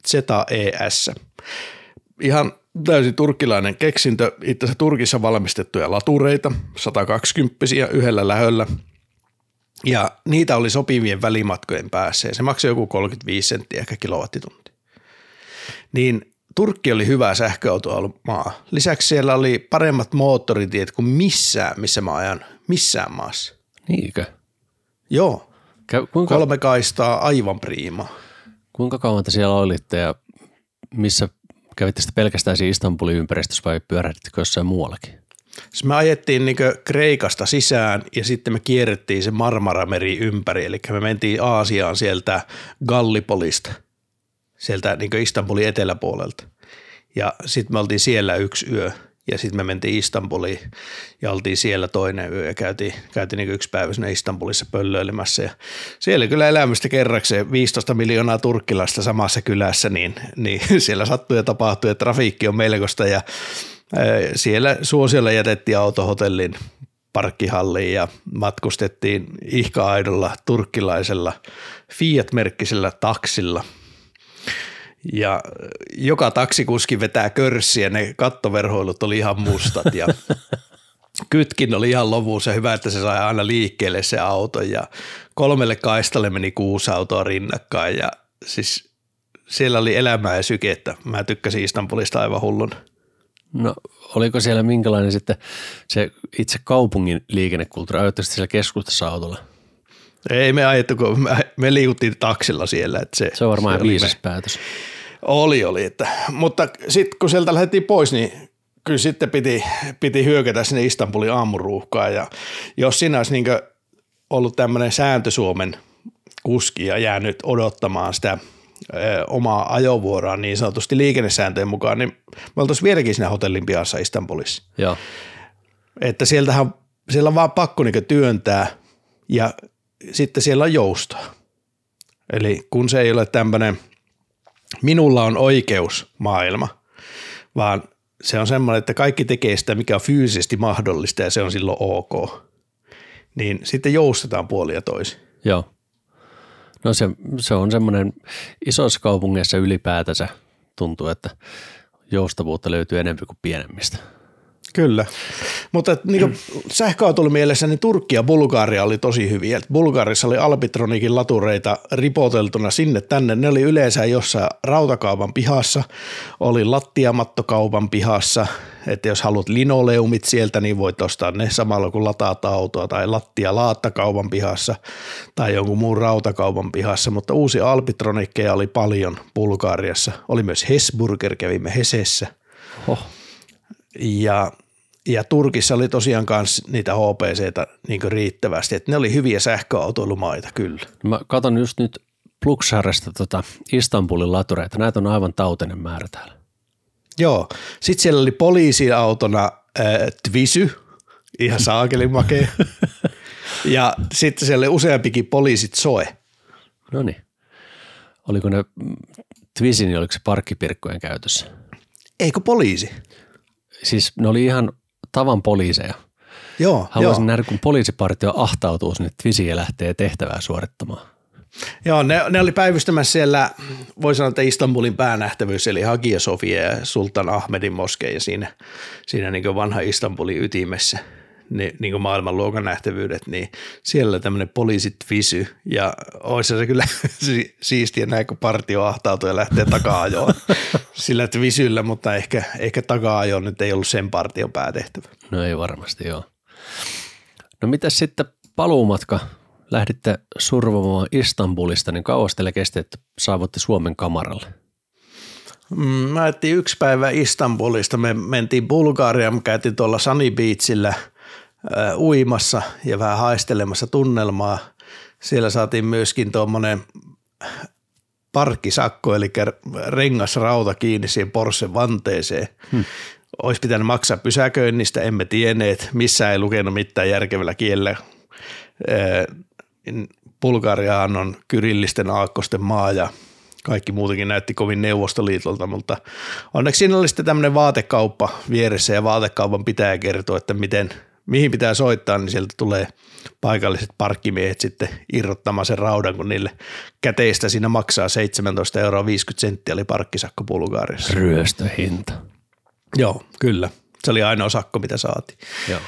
Ihan täysin turkkilainen keksintö, itse asiassa Turkissa valmistettuja latureita, 120-vuotiaita yhdellä lähöllä. Ja niitä oli sopivien välimatkojen päässä ja se maksoi joku 35 senttiä ehkä kilowattitunti. Niin Turkki oli hyvä sähköautomaa. Lisäksi siellä oli paremmat moottoritiet kuin missä mä ajan missään maassa. Niinkö? Joo. 3 kaistaa aivan priima. Kuinka kauan te siellä olitte ja missä kävitte sitten pelkästään siinä Istanbulin ympäristössä vai pyörähdittekö jossain muuallakin? Me ajettiin Kreikasta sisään ja sitten me kierrettiin se Marmarameri ympäri, eli me mentiin Aasiaan sieltä Gallipolista, sieltä Istanbulin eteläpuolelta. Ja sitten me oltiin siellä 1 yö ja sitten me mentiin Istanbuliin ja oltiin siellä toinen yö ja käytiin 1 päivä sinne Istanbulissa pöllöilemässä. Ja siellä kyllä elämästä kerrakseen 15 miljoonaa turkkilaista samassa kylässä, niin siellä sattuu ja tapahtuu ja trafiikki on melkoista ja siellä suosiolla jätettiin autohotellin parkkihalliin ja matkustettiin ihka-aidolla turkkilaisella Fiat-merkkisellä taksilla. Ja joka taksikuski vetää körssiä, ne kattoverhoilut oli ihan mustat ja kytkin oli ihan lopussa. Hyvä, että se sai aina liikkeelle se auto ja 3 kaistalle meni 6 autoa rinnakkain ja siis siellä oli elämää ja sykettä. Mä tykkäsin Istanbulista aivan hullun. No oliko siellä minkälainen sitten se itse kaupungin liikennekulttuuri? Ajoitteko siellä keskustassa autolla? Ei me ajettu, kun me liikuttiin taksilla siellä. Että se on varmaan viisas päätös. Oli. Mutta sitten kun sieltä lähdettiin pois, niin kyllä sitten piti hyökätä sinne Istanbulin aamuruuhkaan. Ja jos siinä olisi niin ollut tämmöinen sääntö-Suomen kuski ja jäänyt odottamaan sitä omaa ajovuoroa niin sanotusti liikennesääntöjen mukaan, niin me oltaisiin vieläkin siinä hotellin pihassa Istanbulissa. Joo. Että siellä on vaan pakko niin työntää ja sitten siellä on joustoa. Eli kun se ei ole tämmöinen minulla on oikeus maailma, vaan se on semmoinen, että kaikki tekee sitä, mikä on fyysisesti mahdollista ja se on silloin ok. Niin sitten joustetaan puolin ja toisin. Joo. No se on semmoinen isoissa kaupungeissa ylipäätänsä tuntuu, että joustavuutta löytyy enemmän kuin pienemmistä. Kyllä, mutta niin sähköautoilun mielessä niin Turkki ja Bulgaria oli tosi hyviä. Bulgarissa oli Alpitronikin latureita ripoteltuna sinne tänne. Ne oli yleensä jossain rautakaupan pihassa, oli lattiamattokaupan pihassa, että jos haluat linoleumit sieltä, niin voit ostaa ne samalla kun lataat autoa tai lattialaattakaupan pihassa tai jonkun muun rautakaupan pihassa, mutta uusi Alpitronikkeja oli paljon Bulgariassa. Oli myös Hesburger, kävimme Hesessä. Ja Turkissa oli tosiaan myös niitä HPC:tä niin riittävästi, että ne oli hyviä sähköautoilumaita kyllä. Mä katson just nyt Pluxaresta Istanbulin latureita, näitä on aivan tautinen määrä täällä. Joo, sitten siellä oli poliisiautona Tvisy, ihan saakelin makea, ja sitten siellä oli useampikin poliisit Zoe. No niin, oliko ne Twizy, niin oliko se parkkipirkkojen käytössä? Eikö poliisi? Siis ne oli ihan tavan poliiseja. Joo, haluaisin nähdä, kun poliisipartio ahtautuu sinne Twizyyn ja lähtee tehtävää suorittamaan. Joo, ne oli päivystämässä siellä, voi sanoa, että Istanbulin päänähtävyys, eli Hagia Sofia ja Sultan Ahmedin moskeija siinä niin kuin vanha Istanbulin ytimessä, niin kuin maailmanluokan nähtävyydet, niin siellä tämmöinen poliisi Tvisy, ja olisi se kyllä siistiä näin, kun partio ahtautuu ja lähtee taka-ajoon sillä Tvisyllä, mutta ehkä taka-ajoon nyt ei ollut sen partion päätehtävä. No ei varmasti, joo. No mitäs sitten paluumatka? Lähditte survomaan Istanbulista, niin kauas teille kesti, että saavutte Suomen kamaralle? Me ajettiin 1 päivä Istanbulista. Me mentiin Bulgariaan, me käytiin tuolla Sunny Beachillä uimassa ja vähän haistelemassa tunnelmaa. Siellä saatiin myöskin tuommoinen parkkisakko, eli rengasrauta kiinni siihen Porsche vanteeseen. Olisi pitänyt maksaa pysäköinnistä, emme tienneet. Missään ei lukenut mitään järkevällä kielellä. Bulgariahan on kyrillisten aakkosten maa ja kaikki muutenkin näytti kovin Neuvostoliitolta, mutta onneksi siinä oli sitten tämmöinen vaatekauppa vieressä ja vaatekaupan pitää kertoa, että mihin pitää soittaa, niin sieltä tulee paikalliset parkkimiehet sitten irrottamaan sen raudan, kun niille käteistä siinä maksaa 17,50 € oli parkkisakko Bulgariassa. Ryöstöhinta. Joo, kyllä. Se oli ainoa sakko, mitä saatiin. Joo.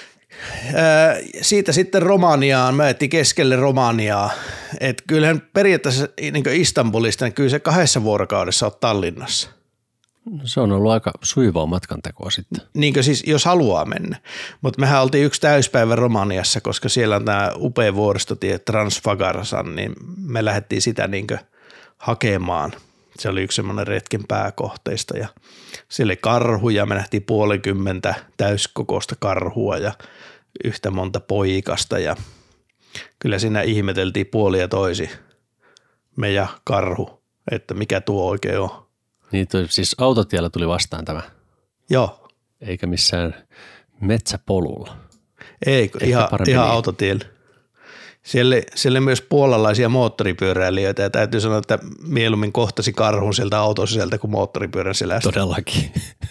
Siitä sitten Romaniaan, mä etsin keskelle Romaniaa, että kyllähän periaatteessa niin Istanbulista, niin kyllä se 2 vuorokaudessa on Tallinnassa. Se on ollut aika sujuvaa matkantekoa sitten. Niin kuin siis, jos haluaa mennä, mutta mehän oltiin 1 täyspäivä Romaniassa, koska siellä on tämä upea vuoristotie Transfagarasan, niin me lähdettiin sitä niin hakemaan. Se oli yksi semmoinen retken pääkohteista ja siellä oli karhuja, me nähtiin 50 täyskokoista karhua ja yhtä monta poikasta ja kyllä siinä ihmeteltiin puoli ja toisi me ja karhu, että mikä tuo oikein on. Niin siis autotiellä tuli vastaan tämä? Joo. Eikä missään metsäpolulla? Ei, ihan autotiellä. Siellä oli myös puolalaisia moottoripyöräilijöitä ja täytyy sanoa, että mieluummin kohtasi karhun sieltä auton sieltä kuin moottoripyörän selästä. Todellakin.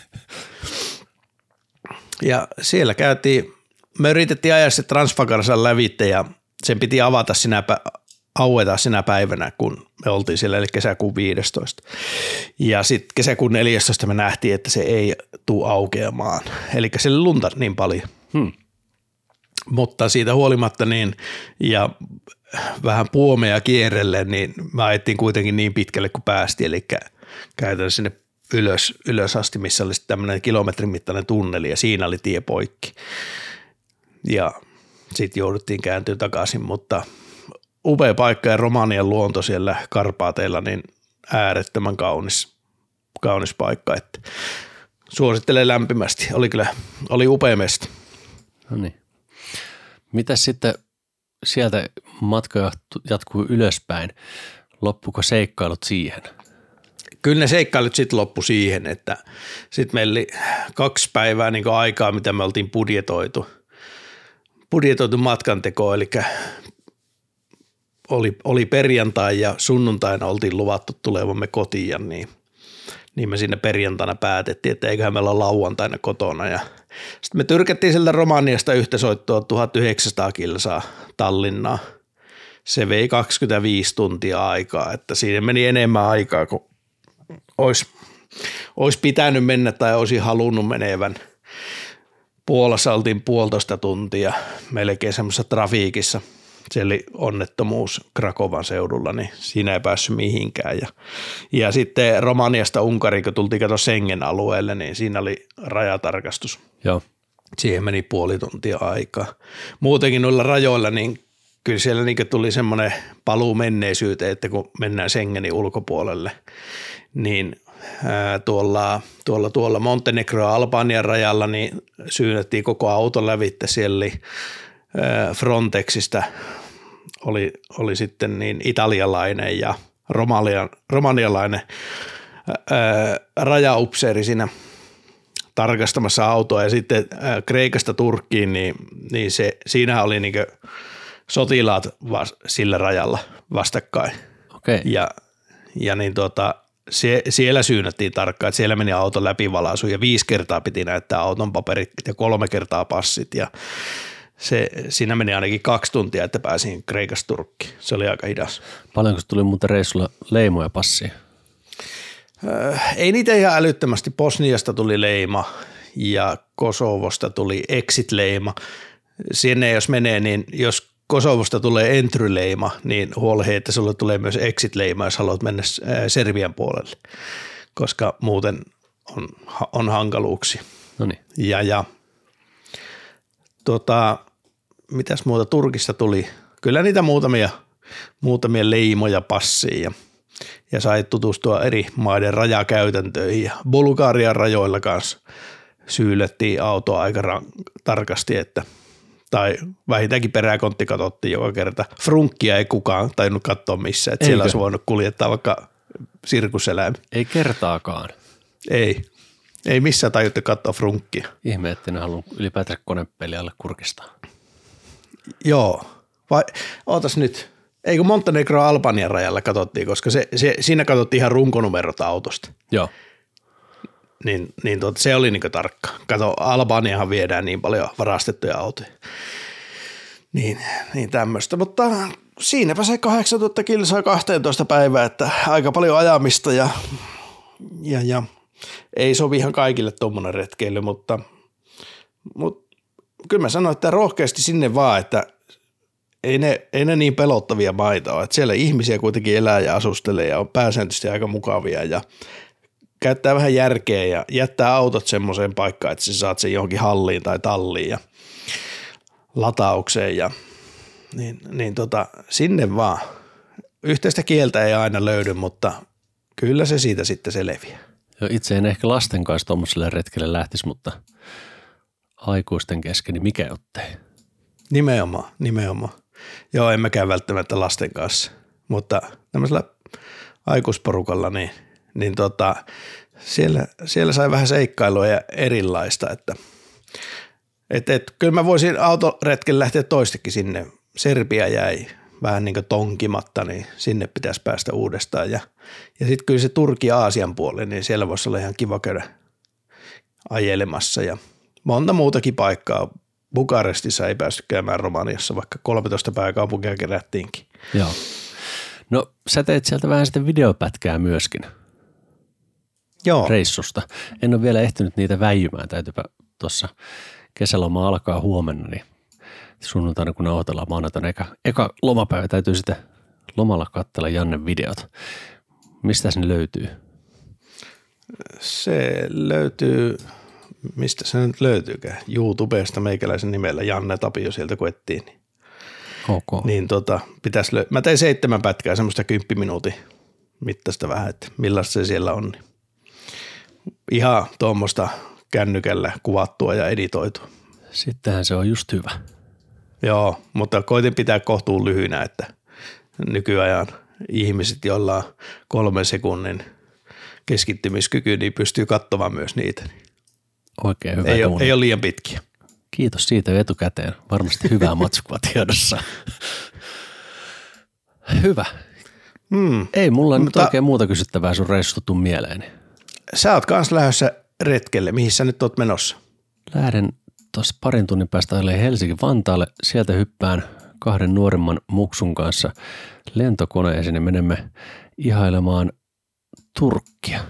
Ja siellä käytiin, me yritettiin ajaa se Transfagarasan lävitte ja sen piti avata sinä aueta sinä päivänä, kun me oltiin siellä, eli kesäkuun 15. Ja sitten kesäkuun 14 me nähtiin, että se ei tule aukeamaan. Eli siellä lunta niin paljon. Mutta siitä huolimatta niin, ja vähän puomeja kierrelle, niin me ajettiin kuitenkin niin pitkälle kuin päästiin, eli käytännössä sinne ylös asti, missä oli tämmöinen kilometrin mittainen tunneli ja siinä oli tie poikki. Ja sitten jouduttiin kääntyä takaisin, mutta upea paikka ja Romanian luonto siellä Karpaateilla, niin äärettömän kaunis paikka, että suosittelen lämpimästi. Oli upea mesta. No niin. Mitäs sitten sieltä matka jatkuu ylöspäin? Loppuko seikkailut siihen? Kyllä ne seikkailut sitten loppu siihen, että sitten meillä oli 2 päivää niin kuin aikaa, mitä me oltiin budjetoitu matkantekoon, eli oli perjantai ja sunnuntaina oltiin luvattu tulevamme kotiin, ja niin me siinä perjantaina päätettiin, että eiköhän meillä olla lauantaina kotona. Ja sitten me tyrkättiin sieltä Romaniasta yhtä soittoa 1900 kilsaa Tallinnaan. Se vei 25 tuntia aikaa, että siinä meni enemmän aikaa kuin olisi pitänyt mennä tai olisi halunnut menevän. Puolassa oltiin 1,5 tuntia melkein semmoisessa trafiikissa. Siellä oli onnettomuus Krakovan seudulla, niin siinä ei päässyt mihinkään. Ja sitten Romaniasta Unkariin, kun tultiin kato Schengen-alueelle, niin siinä oli rajatarkastus. Joo. Siihen meni 0,5 tuntia aikaa. Muutenkin noilla rajoilla, niin kyllä siellä niin tuli semmoinen paluu menneisyyteen, että kun mennään Schengenin ulkopuolelle, niin tuolla Montenegro ja Albanian rajalla niin syynnettiin koko auton lävitse. Siellä oli Frontexista oli sitten niin italialainen ja romanialainen rajaupseeri siinä tarkastamassa autoa, ja sitten Kreikasta Turkkiin, niin siinä oli niin sotilaat sillä rajalla vastakkain. Okay. Ja niin siellä syynnettiin tarkkaan, että siellä meni auton läpivalaisu ja 5 kertaa piti näyttää auton paperit ja 3 kertaa passit, ja siinä meni ainakin 2 tuntia, että pääsin Kreikasta Turkkiin. Se oli aika hidas. Paljonko tuli muuten reissulla leimoja passiin? Ei niitä ihan älyttömästi. Bosniasta tuli leima ja Kosovosta tuli exit-leima. Sinne jos menee, niin jos Kosovosta tulee entry-leima, niin huolehdi, että sulle tulee myös exit-leima, jos haluat mennä Serbian puolelle, koska muuten on hankaluuksia. Noniin. Ja mitäs muuta Turkista tuli? Kyllä niitä muutamia leimoja passiin ja sai tutustua eri maiden rajakäytäntöihin, ja Bulgarian rajoilla kanssa syyllettiin autoa aika tarkasti, tai vähintäänkin peräkontti katsottiin joka kerta. Frunkkia ei kukaan tajunnut katsoa missään, että siellä olisi voinut kuljettaa vaikka sirkuseläimiä. Ei kertaakaan. Ei missään tajuttu katsoa frunkkia. Ihme, että ne halunnut ylipäätään konepeliä alle kurkistaa. Joo. Vai ootas nyt. Eikö Montenegro Albanian rajalla katsottiin, koska siinä katsottiin ihan runkonumerot autosta. Joo. Niin se oli niinku tarkka. Kato, Albaniahan viedään niin paljon varastettuja autoja. Niin tämmöistä, mutta siinäpä se 8000 kilsaa 12 päivää, että aika paljon ajamista ja ei sovi ihan kaikille tuommoinen retkeily, mutta kyllä mä sanoin, että rohkeasti sinne vaan, että ei ne niin pelottavia maita ole, että siellä ihmisiä kuitenkin elää ja asustelee ja on pääsääntöisesti aika mukavia ja käyttää vähän järkeä ja jättää autot semmoiseen paikkaan, että sä saat sen johonkin halliin tai talliin ja lataukseen ja sinne vaan. Yhteistä kieltä ei aina löydy, mutta kyllä se siitä sitten selviää. Joo, itse en ehkä lasten kanssa tuommoiselle retkelle lähtisi, mutta aikuisten kesken, niin mikä ottei? Nimenomaan. Joo, en mäkään välttämättä lasten kanssa, mutta tämmöisellä aikuisporukalla, niin siellä sai vähän seikkailua ja erilaista, että kyllä mä voisin autoretken lähteä toistekin sinne. Serbia jäi vähän niin kuin tonkimatta, niin sinne pitäisi päästä uudestaan. Ja sitten kyllä se Turki Aasian puoli, niin siellä voisi olla ihan kiva käydä ajelemassa ja monta muutakin paikkaa. Bukarestissa ei päästy käymään Romaniassa, vaikka 13 pääkaupunkia kerättiinkin. Joo. No sä teit sieltä vähän sitten videopätkää myöskin Joo. reissusta. En ole vielä ehtinyt niitä väijymään. Täytyypä tuossa kesäloma alkaa huomenna, niin sunnuntaina kun nauhoitellaan maanantaina eka lomapäivä täytyy sitten lomalla katsella Jannen videot. Mistä ne löytyy? Se löytyy, mistä se nyt löytyykään? YouTubesta meikäläisen nimellä Janne Tapio sieltä kun etsii. Niin, Ok. niin mä tein 7 pätkää, semmoista 10 minuutin mittaista vähän, että millaista se siellä on. Niin ihan tuommoista kännykällä kuvattua ja editoitua. Sittenhän se on just hyvä. Joo, mutta koitin pitää kohtuun lyhyinä, että nykyajan ihmiset, joilla on 3 sekunnin keskittymiskyky, niin pystyy katsomaan myös niitä. Oikein hyvä. Ei ole liian pitkiä. Kiitos siitä jo etukäteen. Varmasti hyvää matskua tiedossa. Hyvä. Ei mulla nyt oikein muuta kysyttävää sun reissusta tuu mieleeni. Sä oot kans lähdössä retkelle. Mihin sä nyt oot menossa? Lähden tuossa parin tunnin päästä Helsinki-Vantaalle. Sieltä hyppään 2 nuoremman muksun kanssa lentokoneeseen ja menemme ihailemaan Turkkia.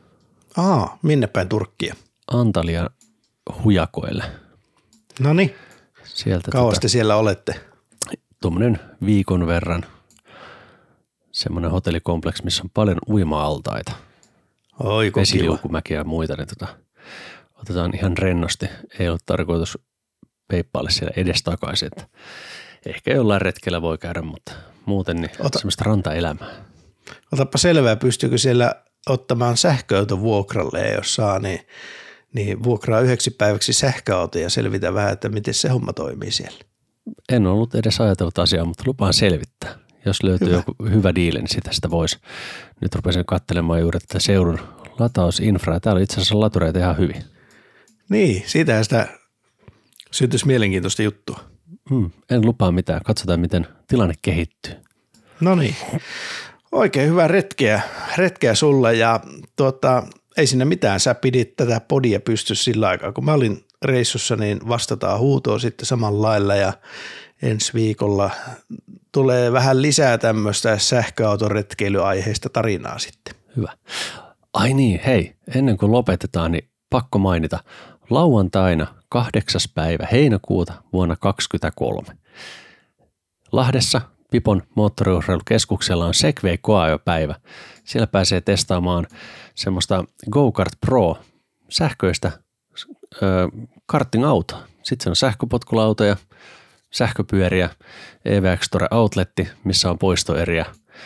Minne päin Turkkia? Antalian hujakoille. Noniin. Sieltä Kauas te siellä olette? Tuommoinen viikon verran. Semmoinen hotellikompleksi, missä on paljon uima-altaita. Oi, kun vesiliukumäkiä ja muita, niin otetaan ihan rennosti. Ei ole tarkoitus peippaille siellä edestakaisin, että ehkä jollain retkellä voi käydä, mutta muuten niin semmoista rantaelämää. Otapa selvää, pystyykö siellä ottamaan sähköauton vuokralle, ja jos saa, niin vuokraa 9 päiväksi sähköauto ja selvitä vähän, että miten se homma toimii siellä. En ollut edes ajatellut asiaa, mutta lupaan selvittää. Jos löytyy joku hyvä diili, niin sitä voisi. Nyt rupesin katselemaan juuri tätä seudun latausinfraa. Täällä on itse asiassa latureita ihan hyvin. Niin, siitähän sitä syntyisi mielenkiintoista juttua. En lupaa mitään. Katsotaan, miten tilanne kehittyy. No niin. Oikein hyvää retkeä sulle ja ei siinä mitään. Sä pidit tätä podia pystyssä sillä aikaa. Kun mä olin reissussa, niin vastataan huutoon sitten samalla lailla ja ensi viikolla tulee vähän lisää tämmöistä sähköautoretkeilyaiheista tarinaa sitten. Hyvä. Ai niin, hei, ennen kuin lopetetaan, niin pakko mainita. Lauantaina 8. päivä heinäkuuta vuonna 2023. Lahdessa Pipon moottoriurheilukeskuksella on Segway-koeajopäivä. Siellä pääsee testaamaan semmoista Go-Kart Pro sähköistä karting-autoa. Sitten se on sähköpotkulautoja, sähköpyöriä, EVX Store Outletti, missä on poistoeriä,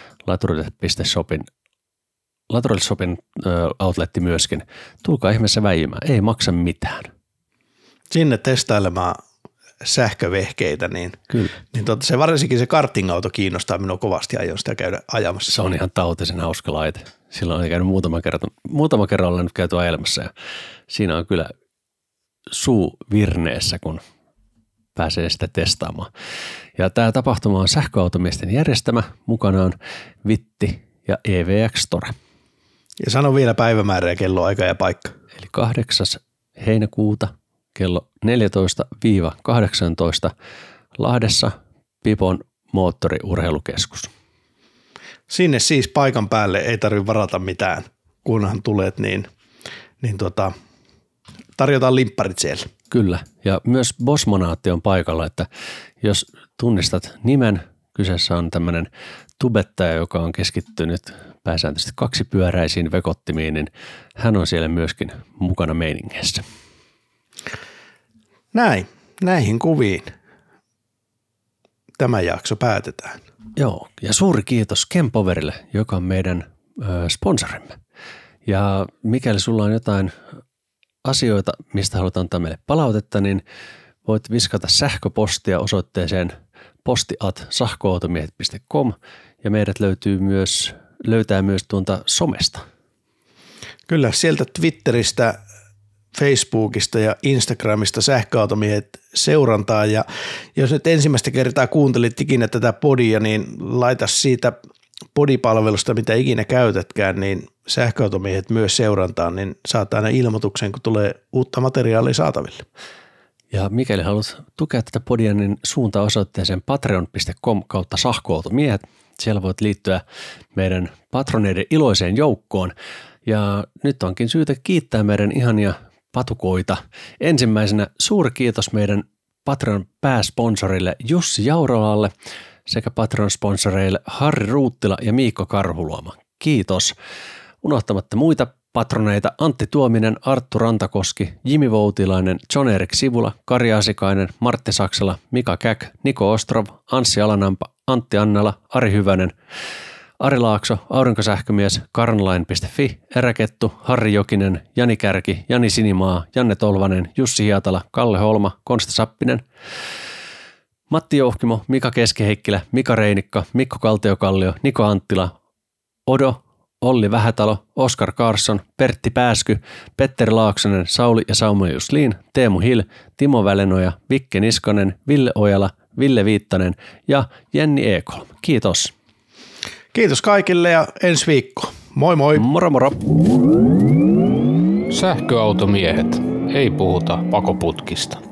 Laturilishopin outletti myöskin. Tulkaa ihmeessä väijymään, ei maksa mitään. Sinne testailemaan sähkövehkeitä, niin se varsinkin se karting-auto kiinnostaa minua kovasti, aion sitä käydä ajamassa. Se on ihan tautisen hauska laite. Silloin on käynyt muutama kerran olen nyt käyty ajelemassa ja siinä on kyllä suu virneessä, kun pääsee sitä testaamaan. Ja tämä tapahtuma on sähköautomiesten järjestämä, mukana on Vitti ja EVX Store. Ja sano vielä päivämäärä ja kello, aika ja paikka. Eli 8. heinäkuuta kello 14-18 Lahdessa Pipon moottoriurheilukeskus. Sinne siis paikan päälle ei tarvitse varata mitään, kunhan tulet, niin tarjotaan limpparit siellä. Kyllä, ja myös Bosmonaatti on paikalla, että jos tunnistat nimen, kyseessä on tämmöinen tubettaja, joka on keskittynyt pääsääntöisesti 2-pyöräisiin vekottimiin, niin hän on siellä myöskin mukana meiningeissä. Näihin kuviin tämä jakso päätetään. Joo, ja suuri kiitos Kempoverille, joka on meidän sponsorimme. Ja mikäli sulla on jotain asioita, mistä haluat antaa meille palautetta, niin voit viskata sähköpostia osoitteeseen posti@sahkoautomiehet.com ja meidät löytää myös tuolta somesta. Kyllä, sieltä Twitteristä, Facebookista ja Instagramista sähköautomiehet seurantaa ja jos nyt ensimmäistä kertaa kuuntelit ikinä tätä podia, niin laita siitä podipalvelusta, mitä ikinä käytätkään, niin sähköautomiehet myös seurantaan, niin saat aina ilmoituksen, kun tulee uutta materiaalia saataville. Ja mikäli haluat tukea tätä podia, niin suuntaa osoitteeseen patreon.com/sahkoautomiehet. Siellä voit liittyä meidän patroneiden iloiseen joukkoon. Ja nyt onkin syytä kiittää meidän ihania patukoita. Ensimmäisenä suuri kiitos meidän Patreon pääsponsorille Jussi Jaurolalle sekä Patreon-sponsoreille Harri Ruuttila ja Miikko Karhuluoma. Kiitos. Unohtamatta muita patroneita Antti Tuominen, Arttu Rantakoski, Jimi Voutilainen, John-Erik Sivula, Kari Asikainen, Martti Saksala, Mika Käk, Niko Ostrov, Anssi Alanampa, Antti Annala, Ari Hyvänen, Ari Laakso, Aurinkosähkömies, Karnlain.fi, Eräkettu, Harri Jokinen, Jani Kärki, Jani Sinimaa, Janne Tolvanen, Jussi Hietala, Kalle Holma, Konsta Sappinen, Matti Jouhkimo, Mika Keskiheikkilä, Mika Reinikka, Mikko Kaltiokallio, Niko Anttila, Odo, Olli Vähätalo, Oskar Karsson, Pertti Pääsky, Petteri Laaksonen, Sauli ja Sauma Jusliin, Teemu Hill, Timo Välenoja, Vikke Niskanen, Ville Ojala, Ville Viittanen ja Jenni Ekholm. Kiitos. Kiitos kaikille ja ensi viikko. Moi moi. Moro moro. Sähköautomiehet. Ei puhuta pakoputkista.